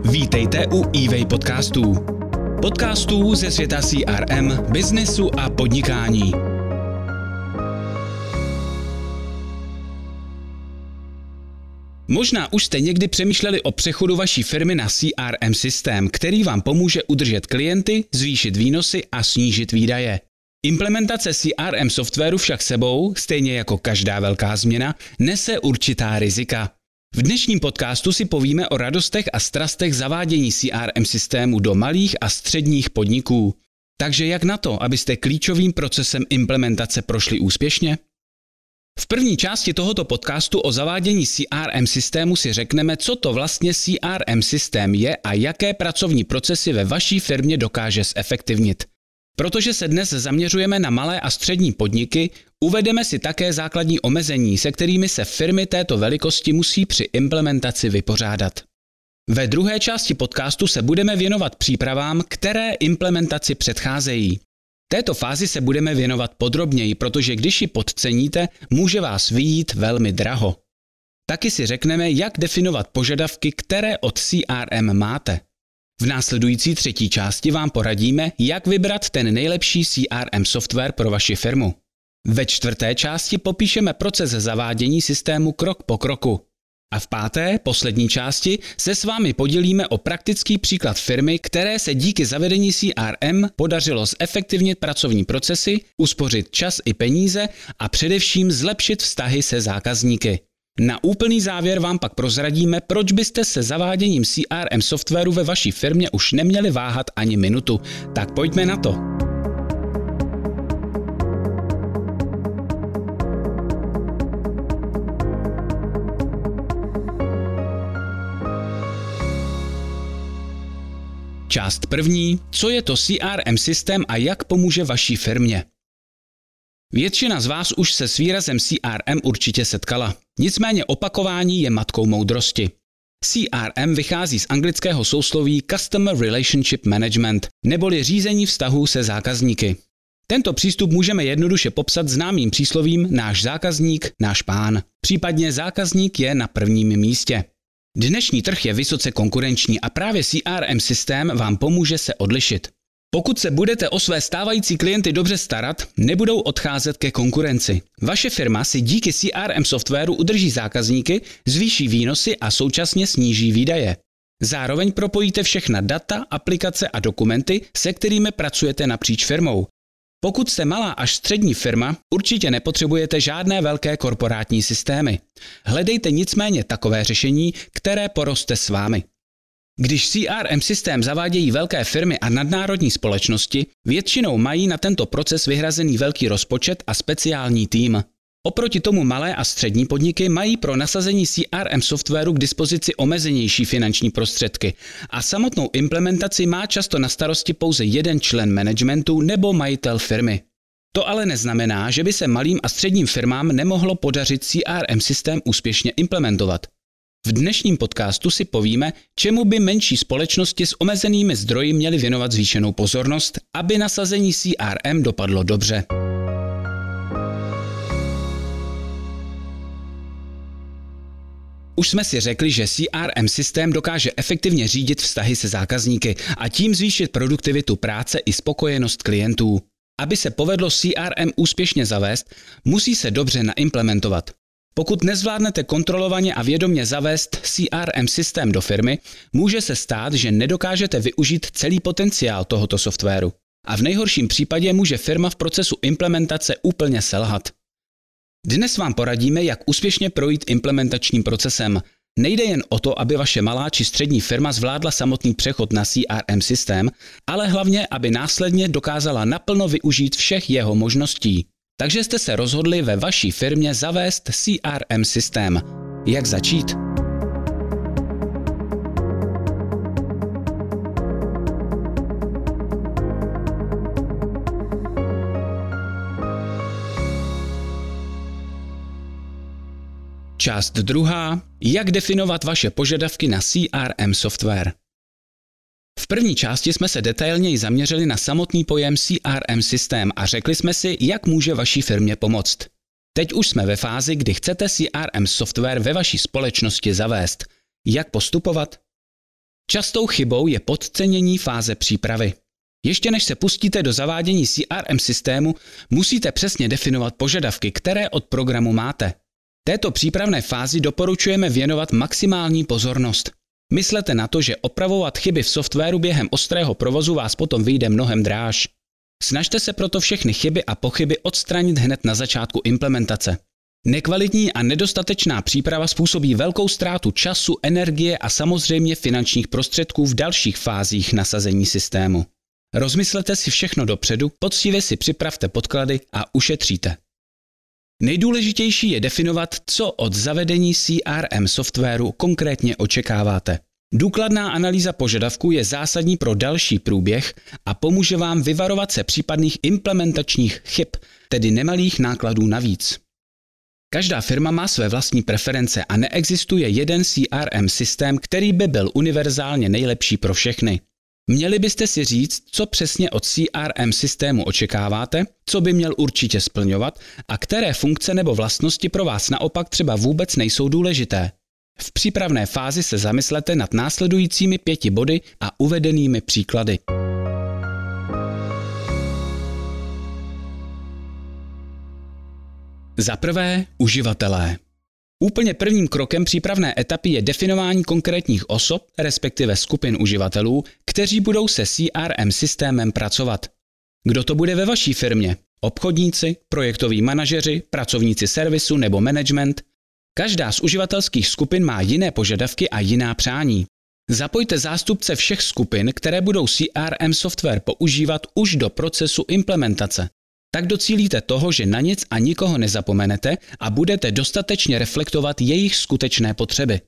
Vítejte u eWay podcastů. Podcastů ze světa CRM, biznesu a podnikání. Možná už jste někdy přemýšleli o přechodu vaší firmy na CRM systém, který vám pomůže udržet klienty, zvýšit výnosy a snížit výdaje. Implementace CRM softwaru však sebou, stejně jako každá velká změna, nese určitá rizika. V dnešním podcastu si povíme o radostech a strastech zavádění CRM systému do malých a středních podniků. Takže jak na to, abyste klíčovým procesem implementace prošli úspěšně? V první části tohoto podcastu o zavádění CRM systému si řekneme, co to vlastně CRM systém je a jaké pracovní procesy ve vaší firmě dokáže zefektivnit. Protože se dnes zaměřujeme na malé a střední podniky, uvedeme si také základní omezení, se kterými se firmy této velikosti musí při implementaci vypořádat. Ve druhé části podcastu se budeme věnovat přípravám, které implementaci předcházejí. Této fázi se budeme věnovat podrobněji, protože když ji podceníte, může vás vyjít velmi draho. Taky si řekneme, jak definovat požadavky, které od CRM máte. V následující třetí části vám poradíme, jak vybrat ten nejlepší CRM software pro vaši firmu. Ve čtvrté části popíšeme proces zavádění systému krok po kroku. A v páté, poslední části se s vámi podělíme o praktický příklad firmy, které se díky zavedení CRM podařilo zefektivnit pracovní procesy, uspořit čas i peníze a především zlepšit vztahy se zákazníky. Na úplný závěr vám pak prozradíme, proč byste se zaváděním CRM softwaru ve vaší firmě už neměli váhat ani minutu. Tak pojďme na to. Část první. Co je to CRM systém a jak pomůže vaší firmě? Většina z vás už se s výrazem CRM určitě setkala. Nicméně opakování je matkou moudrosti. CRM vychází z anglického sousloví Customer Relationship Management, neboli řízení vztahů se zákazníky. Tento přístup můžeme jednoduše popsat známým příslovím náš zákazník, náš pán. Případně zákazník je na prvním místě. Dnešní trh je vysoce konkurenční a právě CRM systém vám pomůže se odlišit. Pokud se budete o své stávající klienty dobře starat, nebudou odcházet ke konkurenci. Vaše firma si díky CRM softwaru udrží zákazníky, zvýší výnosy a současně sníží výdaje. Zároveň propojíte všechna data, aplikace a dokumenty, se kterými pracujete napříč firmou. Pokud jste malá až střední firma, určitě nepotřebujete žádné velké korporátní systémy. Hledejte nicméně takové řešení, které poroste s vámi. Když CRM systém zavádějí velké firmy a nadnárodní společnosti, většinou mají na tento proces vyhrazený velký rozpočet a speciální tým. Oproti tomu malé a střední podniky mají pro nasazení CRM softwaru k dispozici omezenější finanční prostředky a samotnou implementaci má často na starosti pouze jeden člen managementu nebo majitel firmy. To ale neznamená, že by se malým a středním firmám nemohlo podařit CRM systém úspěšně implementovat. V dnešním podcastu si povíme, čemu by menší společnosti s omezenými zdroji měly věnovat zvýšenou pozornost, aby nasazení CRM dopadlo dobře. Už jsme si řekli, že CRM systém dokáže efektivně řídit vztahy se zákazníky a tím zvýšit produktivitu práce i spokojenost klientů. Aby se povedlo CRM úspěšně zavést, musí se dobře naimplementovat. Pokud nezvládnete kontrolovaně a vědomě zavést CRM systém do firmy, může se stát, že nedokážete využít celý potenciál tohoto softwaru. A v nejhorším případě může firma v procesu implementace úplně selhat. Dnes vám poradíme, jak úspěšně projít implementačním procesem. Nejde jen o to, aby vaše malá či střední firma zvládla samotný přechod na CRM systém, ale hlavně, aby následně dokázala naplno využít všech jeho možností. Takže jste se rozhodli ve vaší firmě zavést CRM systém. Jak začít? Část druhá. Jak definovat vaše požadavky na CRM software? V první části jsme se detailněji zaměřili na samotný pojem CRM systém a řekli jsme si, jak může vaší firmě pomoct. Teď už jsme ve fázi, kdy chcete CRM software ve vaší společnosti zavést. Jak postupovat? Častou chybou je podcenění fáze přípravy. Ještě než se pustíte do zavádění CRM systému, musíte přesně definovat požadavky, které od programu máte. Této přípravné fázi doporučujeme věnovat maximální pozornost. Myslete na to, že opravovat chyby v softwaru během ostrého provozu vás potom vyjde mnohem dráž. Snažte se proto všechny chyby a pochyby odstranit hned na začátku implementace. Nekvalitní a nedostatečná příprava způsobí velkou ztrátu času, energie a samozřejmě finančních prostředků v dalších fázích nasazení systému. Rozmyslete si všechno dopředu, poctivě si připravte podklady a ušetříte. Nejdůležitější je definovat, co od zavedení CRM softwaru konkrétně očekáváte. Důkladná analýza požadavků je zásadní pro další průběh a pomůže vám vyvarovat se případných implementačních chyb, tedy nemalých nákladů navíc. Každá firma má své vlastní preference a neexistuje jeden CRM systém, který by byl univerzálně nejlepší pro všechny. Měli byste si říct, co přesně od CRM systému očekáváte, co by měl určitě splňovat a které funkce nebo vlastnosti pro vás naopak třeba vůbec nejsou důležité. V přípravné fázi se zamyslete nad následujícími 5 body a uvedenými příklady. Za prvé, uživatelé. Úplně prvním krokem přípravné etapy je definování konkrétních osob, respektive skupin uživatelů, kteří budou se CRM systémem pracovat. Kdo to bude ve vaší firmě? Obchodníci, projektoví manažeři, pracovníci servisu nebo management? Každá z uživatelských skupin má jiné požadavky a jiná přání. Zapojte zástupce všech skupin, které budou CRM software používat už do procesu implementace. Tak docílíte toho, že na nic a nikoho nezapomenete a budete dostatečně reflektovat jejich skutečné potřeby.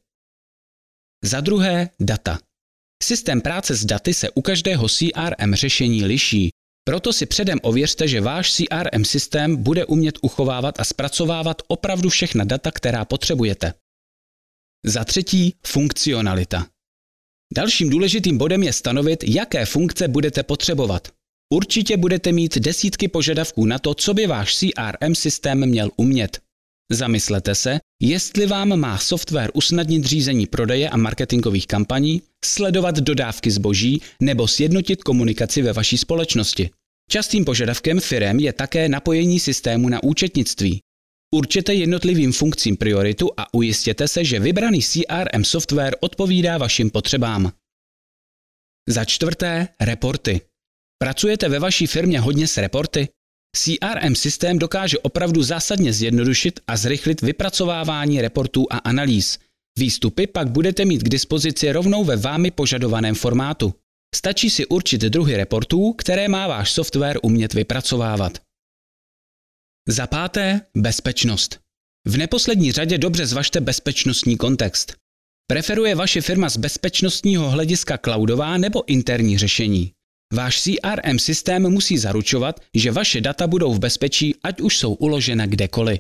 Za druhé, data. Systém práce s daty se u každého CRM řešení liší, proto si předem ověřte, že váš CRM systém bude umět uchovávat a zpracovávat opravdu všechna data, která potřebujete. Za třetí, funkcionalita. Dalším důležitým bodem je stanovit, jaké funkce budete potřebovat. Určitě budete mít desítky požadavků na to, co by váš CRM systém měl umět. Zamyslete se, jestli vám má software usnadnit řízení prodeje a marketingových kampaní, sledovat dodávky zboží nebo sjednotit komunikaci ve vaší společnosti. Častým požadavkem firem je také napojení systému na účetnictví. Určete jednotlivým funkcím prioritu a ujistěte se, že vybraný CRM software odpovídá vašim potřebám. Za čtvrté, reporty. Pracujete ve vaší firmě hodně s reporty? CRM systém dokáže opravdu zásadně zjednodušit a zrychlit vypracovávání reportů a analýz. Výstupy pak budete mít k dispozici rovnou ve vámi požadovaném formátu. Stačí si určit druhy reportů, které má váš software umět vypracovávat. Za páté, bezpečnost. V neposlední řadě dobře zvažte bezpečnostní kontext. Preferuje vaše firma z bezpečnostního hlediska cloudová nebo interní řešení? Váš CRM systém musí zaručovat, že vaše data budou v bezpečí, ať už jsou uložena kdekoliv.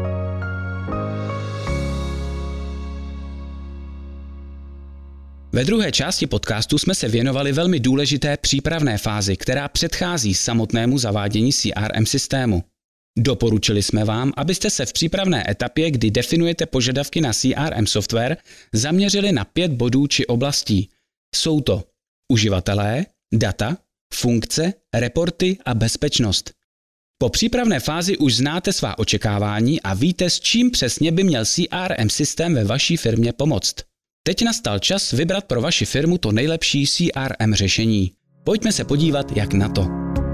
Ve druhé části podcastu jsme se věnovali velmi důležité přípravné fázi, která předchází samotnému zavádění CRM systému. Doporučili jsme vám, abyste se v přípravné etapě, kdy definujete požadavky na CRM software, zaměřili na 5 bodů či oblastí. Jsou to uživatelé, data, funkce, reporty a bezpečnost. Po přípravné fázi už znáte svá očekávání a víte, s čím přesně by měl CRM systém ve vaší firmě pomoct. Teď nastal čas vybrat pro vaši firmu to nejlepší CRM řešení. Pojďme se podívat, jak na to.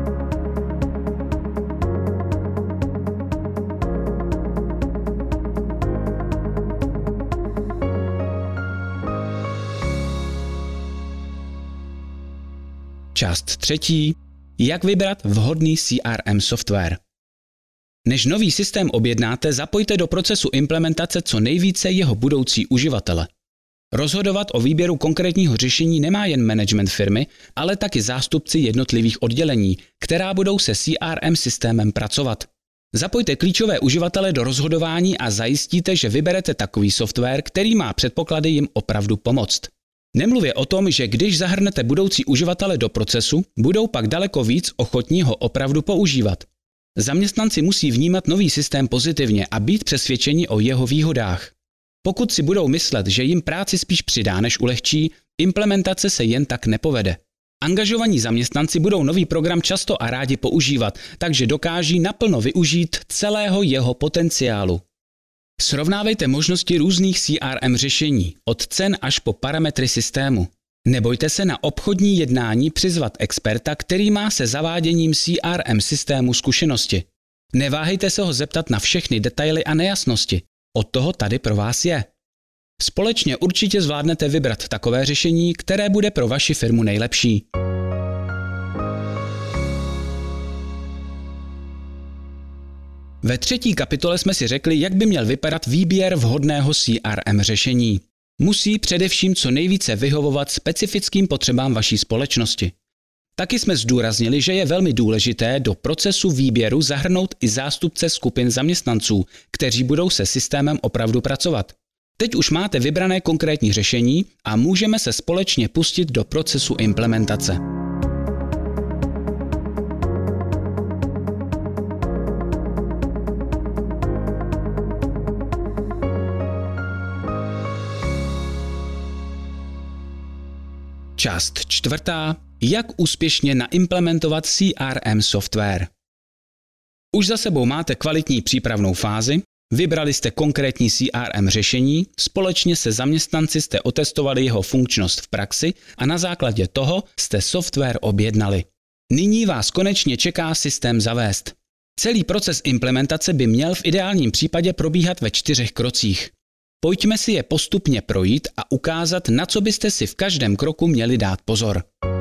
Část třetí. Jak vybrat vhodný CRM software. Než nový systém objednáte, zapojte do procesu implementace co nejvíce jeho budoucí uživatele. Rozhodovat o výběru konkrétního řešení nemá jen management firmy, ale taky zástupci jednotlivých oddělení, která budou se CRM systémem pracovat. Zapojte klíčové uživatele do rozhodování a zajistíte, že vyberete takový software, který má předpoklady jim opravdu pomoct. Nemluvě o tom, že když zahrnete budoucí uživatele do procesu, budou pak daleko víc ochotní ho opravdu používat. Zaměstnanci musí vnímat nový systém pozitivně a být přesvědčeni o jeho výhodách. Pokud si budou myslet, že jim práci spíš přidá než ulehčí, Implementace se jen tak nepovede. Angažovaní zaměstnanci budou nový program často a rádi používat, takže dokáží naplno využít celého jeho potenciálu. Srovnávejte možnosti různých CRM řešení, od cen až po parametry systému. Nebojte se na obchodní jednání přizvat experta, který má se zaváděním CRM systému zkušenosti. Neváhejte se ho zeptat na všechny detaily a nejasnosti. Od toho tady pro vás je. Společně určitě zvládnete vybrat takové řešení, které bude pro vaši firmu nejlepší. Ve 3. kapitole jsme si řekli, jak by měl vypadat výběr vhodného CRM řešení. Musí především co nejvíce vyhovovat specifickým potřebám vaší společnosti. Taky jsme zdůraznili, že je velmi důležité do procesu výběru zahrnout i zástupce skupin zaměstnanců, kteří budou se systémem opravdu pracovat. Teď už máte vybrané konkrétní řešení a můžeme se společně pustit do procesu implementace. Část 4. Jak úspěšně naimplementovat CRM software. Už za sebou máte kvalitní přípravnou fázi, vybrali jste konkrétní CRM řešení, společně se zaměstnanci jste otestovali jeho funkčnost v praxi a na základě toho jste software objednali. Nyní vás konečně čeká systém zavést. Celý proces implementace by měl v ideálním případě probíhat ve 4 krocích. Pojďme si je postupně projít a ukázat, na co byste si v každém kroku měli dát pozor.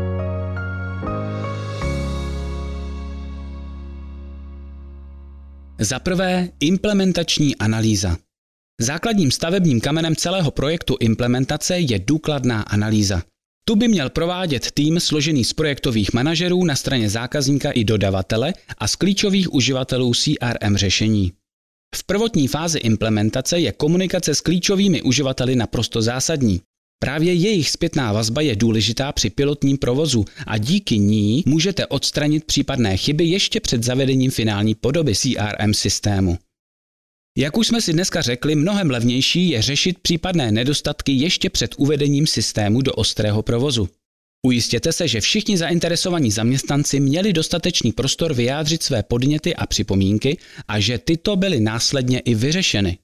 Za prvé, implementační analýza. Základním stavebním kamenem celého projektu implementace je důkladná analýza. Tu by měl provádět tým složený z projektových manažerů na straně zákazníka i dodavatele a z klíčových uživatelů CRM řešení. V prvotní fázi implementace je komunikace s klíčovými uživateli naprosto zásadní. Právě jejich zpětná vazba je důležitá při pilotním provozu a díky ní můžete odstranit případné chyby ještě před zavedením finální podoby CRM systému. Jak už jsme si dneska řekli, mnohem levnější je řešit případné nedostatky ještě před uvedením systému do ostrého provozu. Ujistěte se, že všichni zainteresovaní zaměstnanci měli dostatečný prostor vyjádřit své podněty a připomínky a že tyto byly následně i vyřešeny.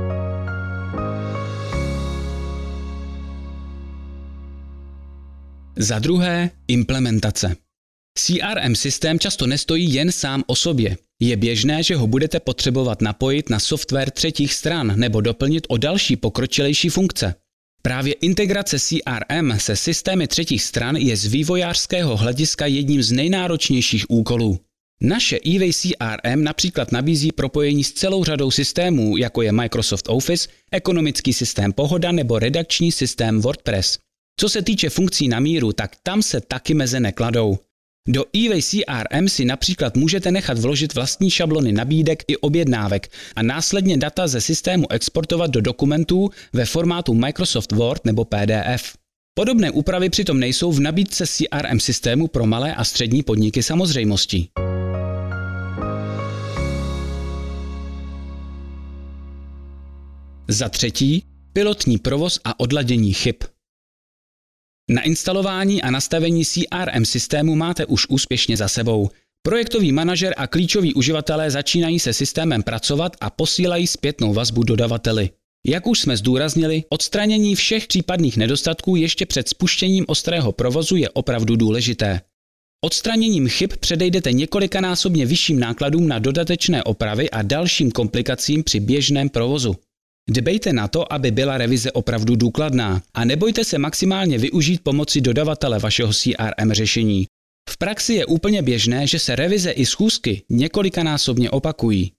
Za druhé, implementace. CRM systém často nestojí jen sám o sobě. Je běžné, že ho budete potřebovat napojit na software třetích stran nebo doplnit o další pokročilejší funkce. Právě integrace CRM se systémy třetích stran je z vývojářského hlediska jedním z nejnáročnějších úkolů. Naše eWay CRM například nabízí propojení s celou řadou systémů, jako je Microsoft Office, ekonomický systém Pohoda nebo redakční systém WordPress. Co se týče funkcí na míru, tak tam se taky meze nekladou. Do eWay CRM si například můžete nechat vložit vlastní šablony nabídek i objednávek a následně data ze systému exportovat do dokumentů ve formátu Microsoft Word nebo PDF. Podobné úpravy přitom nejsou v nabídce CRM systému pro malé a střední podniky samozřejmostí. Za třetí, pilotní provoz a odladění chyb. Nainstalování a nastavení CRM systému máte už úspěšně za sebou. Projektový manažer a klíčoví uživatelé začínají se systémem pracovat a posílají zpětnou vazbu dodavateli. Jak už jsme zdůraznili, odstranění všech případných nedostatků ještě před spuštěním ostrého provozu je opravdu důležité. Odstraněním chyb předejdete několikanásobně vyšším nákladům na dodatečné opravy a dalším komplikacím při běžném provozu. Dbejte na to, aby byla revize opravdu důkladná a nebojte se maximálně využít pomoci dodavatele vašeho CRM řešení. V praxi je úplně běžné, že se revize i schůzky několikanásobně opakují.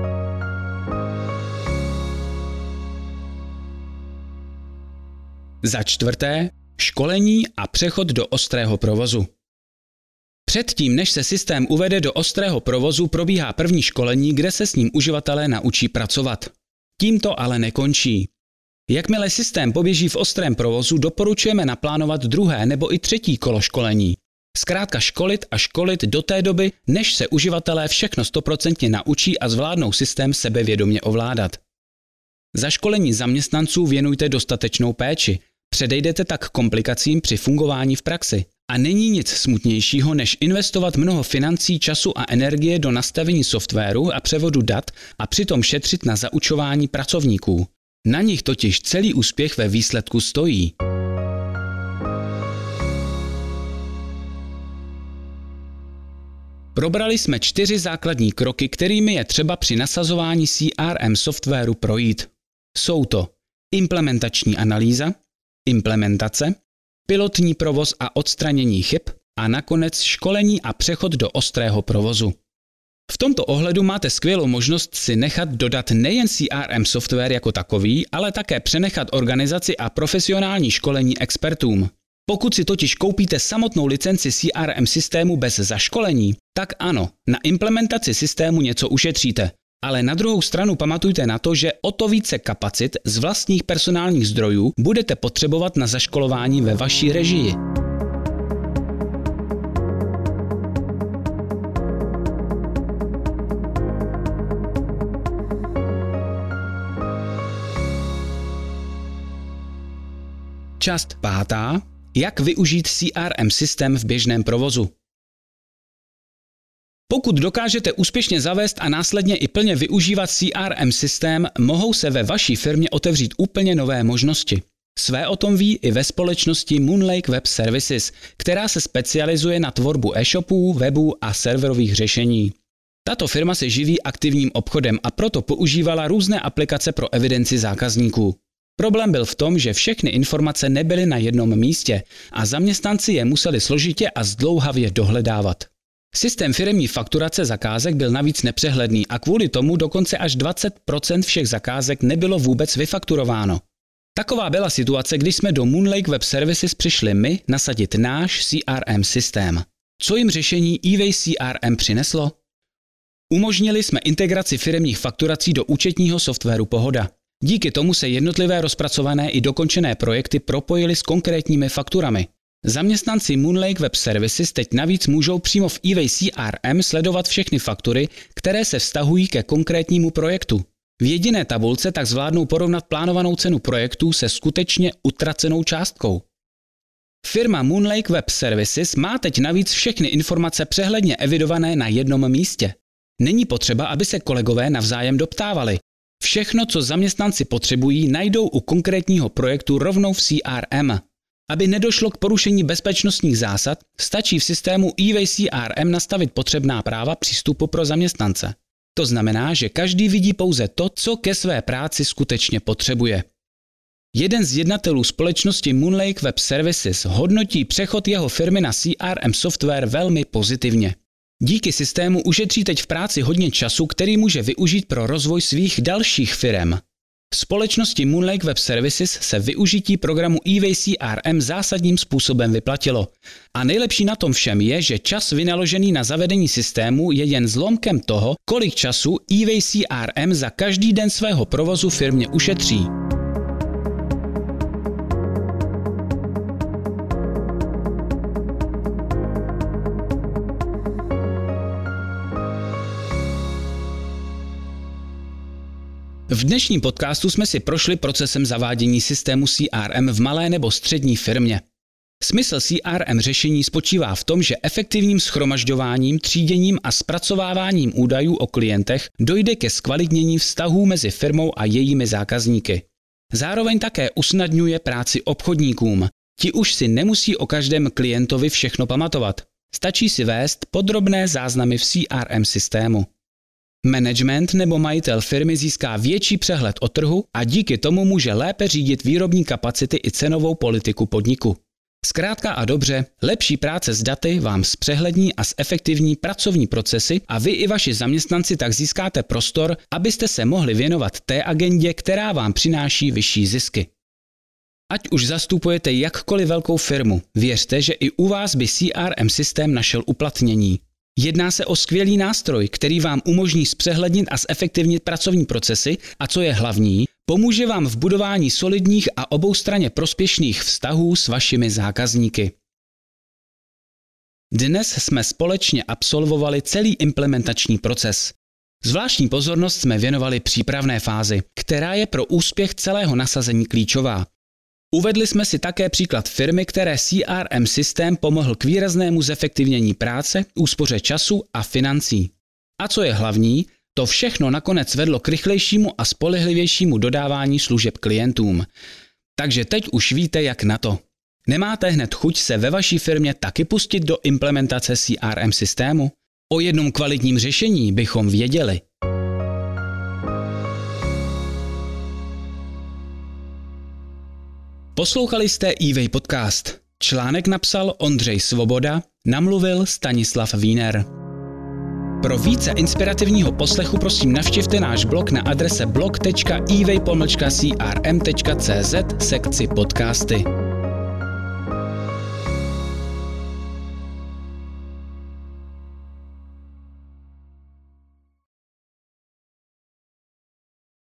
Za čtvrté, školení a přechod do ostrého provozu. Předtím, než se systém uvede do ostrého provozu, probíhá první školení, kde se s ním uživatelé naučí pracovat. Tím to ale nekončí. Jakmile systém poběží v ostrém provozu, doporučujeme naplánovat druhé nebo i třetí kolo školení. Zkrátka školit a školit do té doby, než se uživatelé všechno 100% naučí a zvládnou systém sebevědomě ovládat. Za školení zaměstnanců věnujte dostatečnou péči. Předejdete tak komplikacím při fungování v praxi. A není nic smutnějšího, než investovat mnoho financí, času a energie do nastavení softwaru a převodu dat a přitom šetřit na zaučování pracovníků. Na nich totiž celý úspěch ve výsledku stojí. Probrali jsme 4 základní kroky, kterými je třeba při nasazování CRM softwaru projít. Jsou to implementační analýza, implementace, pilotní provoz a odstranění chyb a nakonec školení a přechod do ostrého provozu. V tomto ohledu máte skvělou možnost si nechat dodat nejen CRM software jako takový, ale také přenechat organizaci a profesionální školení expertům. Pokud si totiž koupíte samotnou licenci CRM systému bez zaškolení, tak ano, na implementaci systému něco ušetříte. Ale na druhou stranu pamatujte na to, že o to více kapacit z vlastních personálních zdrojů budete potřebovat na zaškolování ve vaší režii. Část 5. Jak využít CRM systém v běžném provozu. Pokud dokážete úspěšně zavést a následně i plně využívat CRM systém, mohou se ve vaší firmě otevřít úplně nové možnosti. Své o tom ví i ve společnosti Moonlake Web Services, která se specializuje na tvorbu e-shopů, webů a serverových řešení. Tato firma se živí aktivním obchodem a proto používala různé aplikace pro evidenci zákazníků. Problém byl v tom, že všechny informace nebyly na jednom místě a zaměstnanci je museli složitě a zdlouhavě dohledávat. Systém firemní fakturace zakázek byl navíc nepřehledný a kvůli tomu dokonce až 20% všech zakázek nebylo vůbec vyfakturováno. Taková byla situace, když jsme do Moonlake Web Services přišli my nasadit náš CRM systém. Co jim řešení eWay CRM přineslo? Umožnili jsme integraci firemních fakturací do účetního softwaru Pohoda. Díky tomu se jednotlivé rozpracované i dokončené projekty propojily s konkrétními fakturami. Zaměstnanci Moonlake Web Services teď navíc můžou přímo v eWay CRM sledovat všechny faktury, které se vztahují ke konkrétnímu projektu. V jediné tabulce tak zvládnou porovnat plánovanou cenu projektů se skutečně utracenou částkou. Firma Moonlake Web Services má teď navíc všechny informace přehledně evidované na jednom místě. Není potřeba, aby se kolegové navzájem doptávali. Všechno, co zaměstnanci potřebují, najdou u konkrétního projektu rovnou v CRM. Aby nedošlo k porušení bezpečnostních zásad, stačí v systému eWay CRM nastavit potřebná práva přístupu pro zaměstnance. To znamená, že každý vidí pouze to, co ke své práci skutečně potřebuje. Jeden z jednatelů společnosti Moonlake Web Services hodnotí přechod jeho firmy na CRM software velmi pozitivně. Díky systému ušetří teď v práci hodně času, který může využít pro rozvoj svých dalších firem. V společnosti Moonlake Web Services se využití programu eWay CRM zásadním způsobem vyplatilo. A nejlepší na tom všem je, že čas vynaložený na zavedení systému je jen zlomkem toho, kolik času eWay CRM za každý den svého provozu firmě ušetří. V dnešním podcastu jsme si prošli procesem zavádění systému CRM v malé nebo střední firmě. Smysl CRM řešení spočívá v tom, že efektivním shromažďováním, tříděním a zpracováváním údajů o klientech dojde ke zkvalitnění vztahů mezi firmou a jejími zákazníky. Zároveň také usnadňuje práci obchodníkům. Ti už si nemusí o každém klientovi všechno pamatovat. Stačí si vést podrobné záznamy v CRM systému. Management nebo majitel firmy získá větší přehled o trhu a díky tomu může lépe řídit výrobní kapacity i cenovou politiku podniku. Zkrátka a dobře, lepší práce s daty vám zpřehlední a zefektivní pracovní procesy a vy i vaši zaměstnanci tak získáte prostor, abyste se mohli věnovat té agendě, která vám přináší vyšší zisky. Ať už zastupujete jakkoliv velkou firmu, věřte, že i u vás by CRM systém našel uplatnění. Jedná se o skvělý nástroj, který vám umožní zpřehlednit a zefektivnit pracovní procesy a co je hlavní, pomůže vám v budování solidních a oboustranně prospěšných vztahů s vašimi zákazníky. Dnes jsme společně absolvovali celý implementační proces. Zvláštní pozornost jsme věnovali přípravné fázi, která je pro úspěch celého nasazení klíčová. Uvedli jsme si také příklad firmy, které CRM systém pomohl k výraznému zefektivnění práce, úspoře času a financí. A co je hlavní, to všechno nakonec vedlo k rychlejšímu a spolehlivějšímu dodávání služeb klientům. Takže teď už víte, jak na to. Nemáte hned chuť se ve vaší firmě taky pustit do implementace CRM systému? O jednom kvalitním řešení bychom věděli. Poslouchali jste eWay podcast. Článek napsal Ondřej Svoboda, namluvil Stanislav Wiener. Pro více inspirativního poslechu prosím navštivte náš blog na adrese blog.eway-crm.cz sekci podcasty.